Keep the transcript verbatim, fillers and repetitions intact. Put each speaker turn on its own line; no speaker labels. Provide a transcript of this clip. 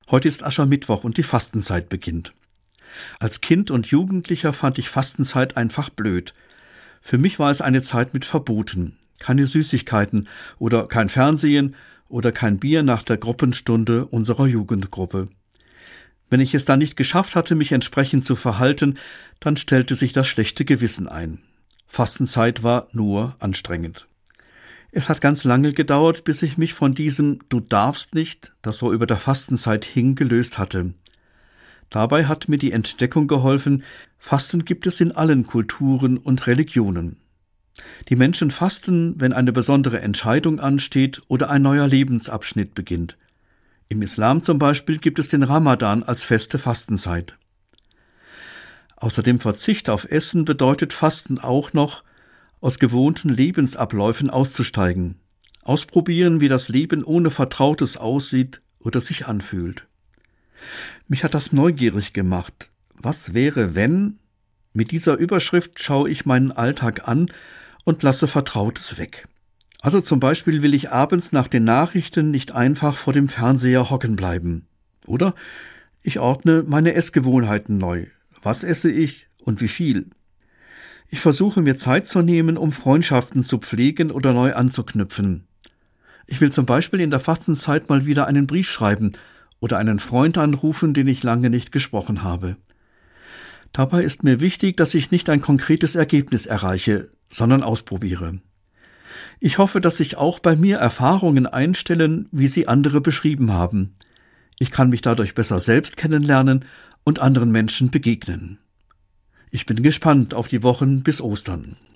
Heute ist Aschermittwoch und die Fastenzeit beginnt. Als Kind und Jugendlicher fand ich Fastenzeit einfach blöd. Für mich war es eine Zeit mit Verboten. Keine Süßigkeiten oder kein Fernsehen oder kein Bier nach der Gruppenstunde unserer Jugendgruppe. Wenn ich es dann nicht geschafft hatte, mich entsprechend zu verhalten, dann stellte sich das schlechte Gewissen ein. Fastenzeit war nur anstrengend. Es hat ganz lange gedauert, bis ich mich von diesem „Du darfst nicht“, das so über der Fastenzeit hing, gelöst hatte. Dabei hat mir die Entdeckung geholfen, Fasten gibt es in allen Kulturen und Religionen. Die Menschen fasten, wenn eine besondere Entscheidung ansteht oder ein neuer Lebensabschnitt beginnt. Im Islam zum Beispiel gibt es den Ramadan als feste Fastenzeit. Außer dem Verzicht auf Essen bedeutet Fasten auch noch, aus gewohnten Lebensabläufen auszusteigen, ausprobieren, wie das Leben ohne Vertrautes aussieht oder sich anfühlt. Mich hat das neugierig gemacht. Was wäre, wenn? Mit dieser Überschrift schaue ich meinen Alltag an und lasse Vertrautes weg. Also zum Beispiel will ich abends nach den Nachrichten nicht einfach vor dem Fernseher hocken bleiben. Oder ich ordne meine Essgewohnheiten neu. Was esse ich und wie viel? Ich versuche mir Zeit zu nehmen, um Freundschaften zu pflegen oder neu anzuknüpfen. Ich will zum Beispiel in der Fastenzeit mal wieder einen Brief schreiben oder einen Freund anrufen, den ich lange nicht gesprochen habe. Dabei ist mir wichtig, dass ich nicht ein konkretes Ergebnis erreiche, sondern ausprobiere. Ich hoffe, dass sich auch bei mir Erfahrungen einstellen, wie sie andere beschrieben haben. Ich kann mich dadurch besser selbst kennenlernen und anderen Menschen begegnen. Ich bin gespannt auf die Wochen bis Ostern.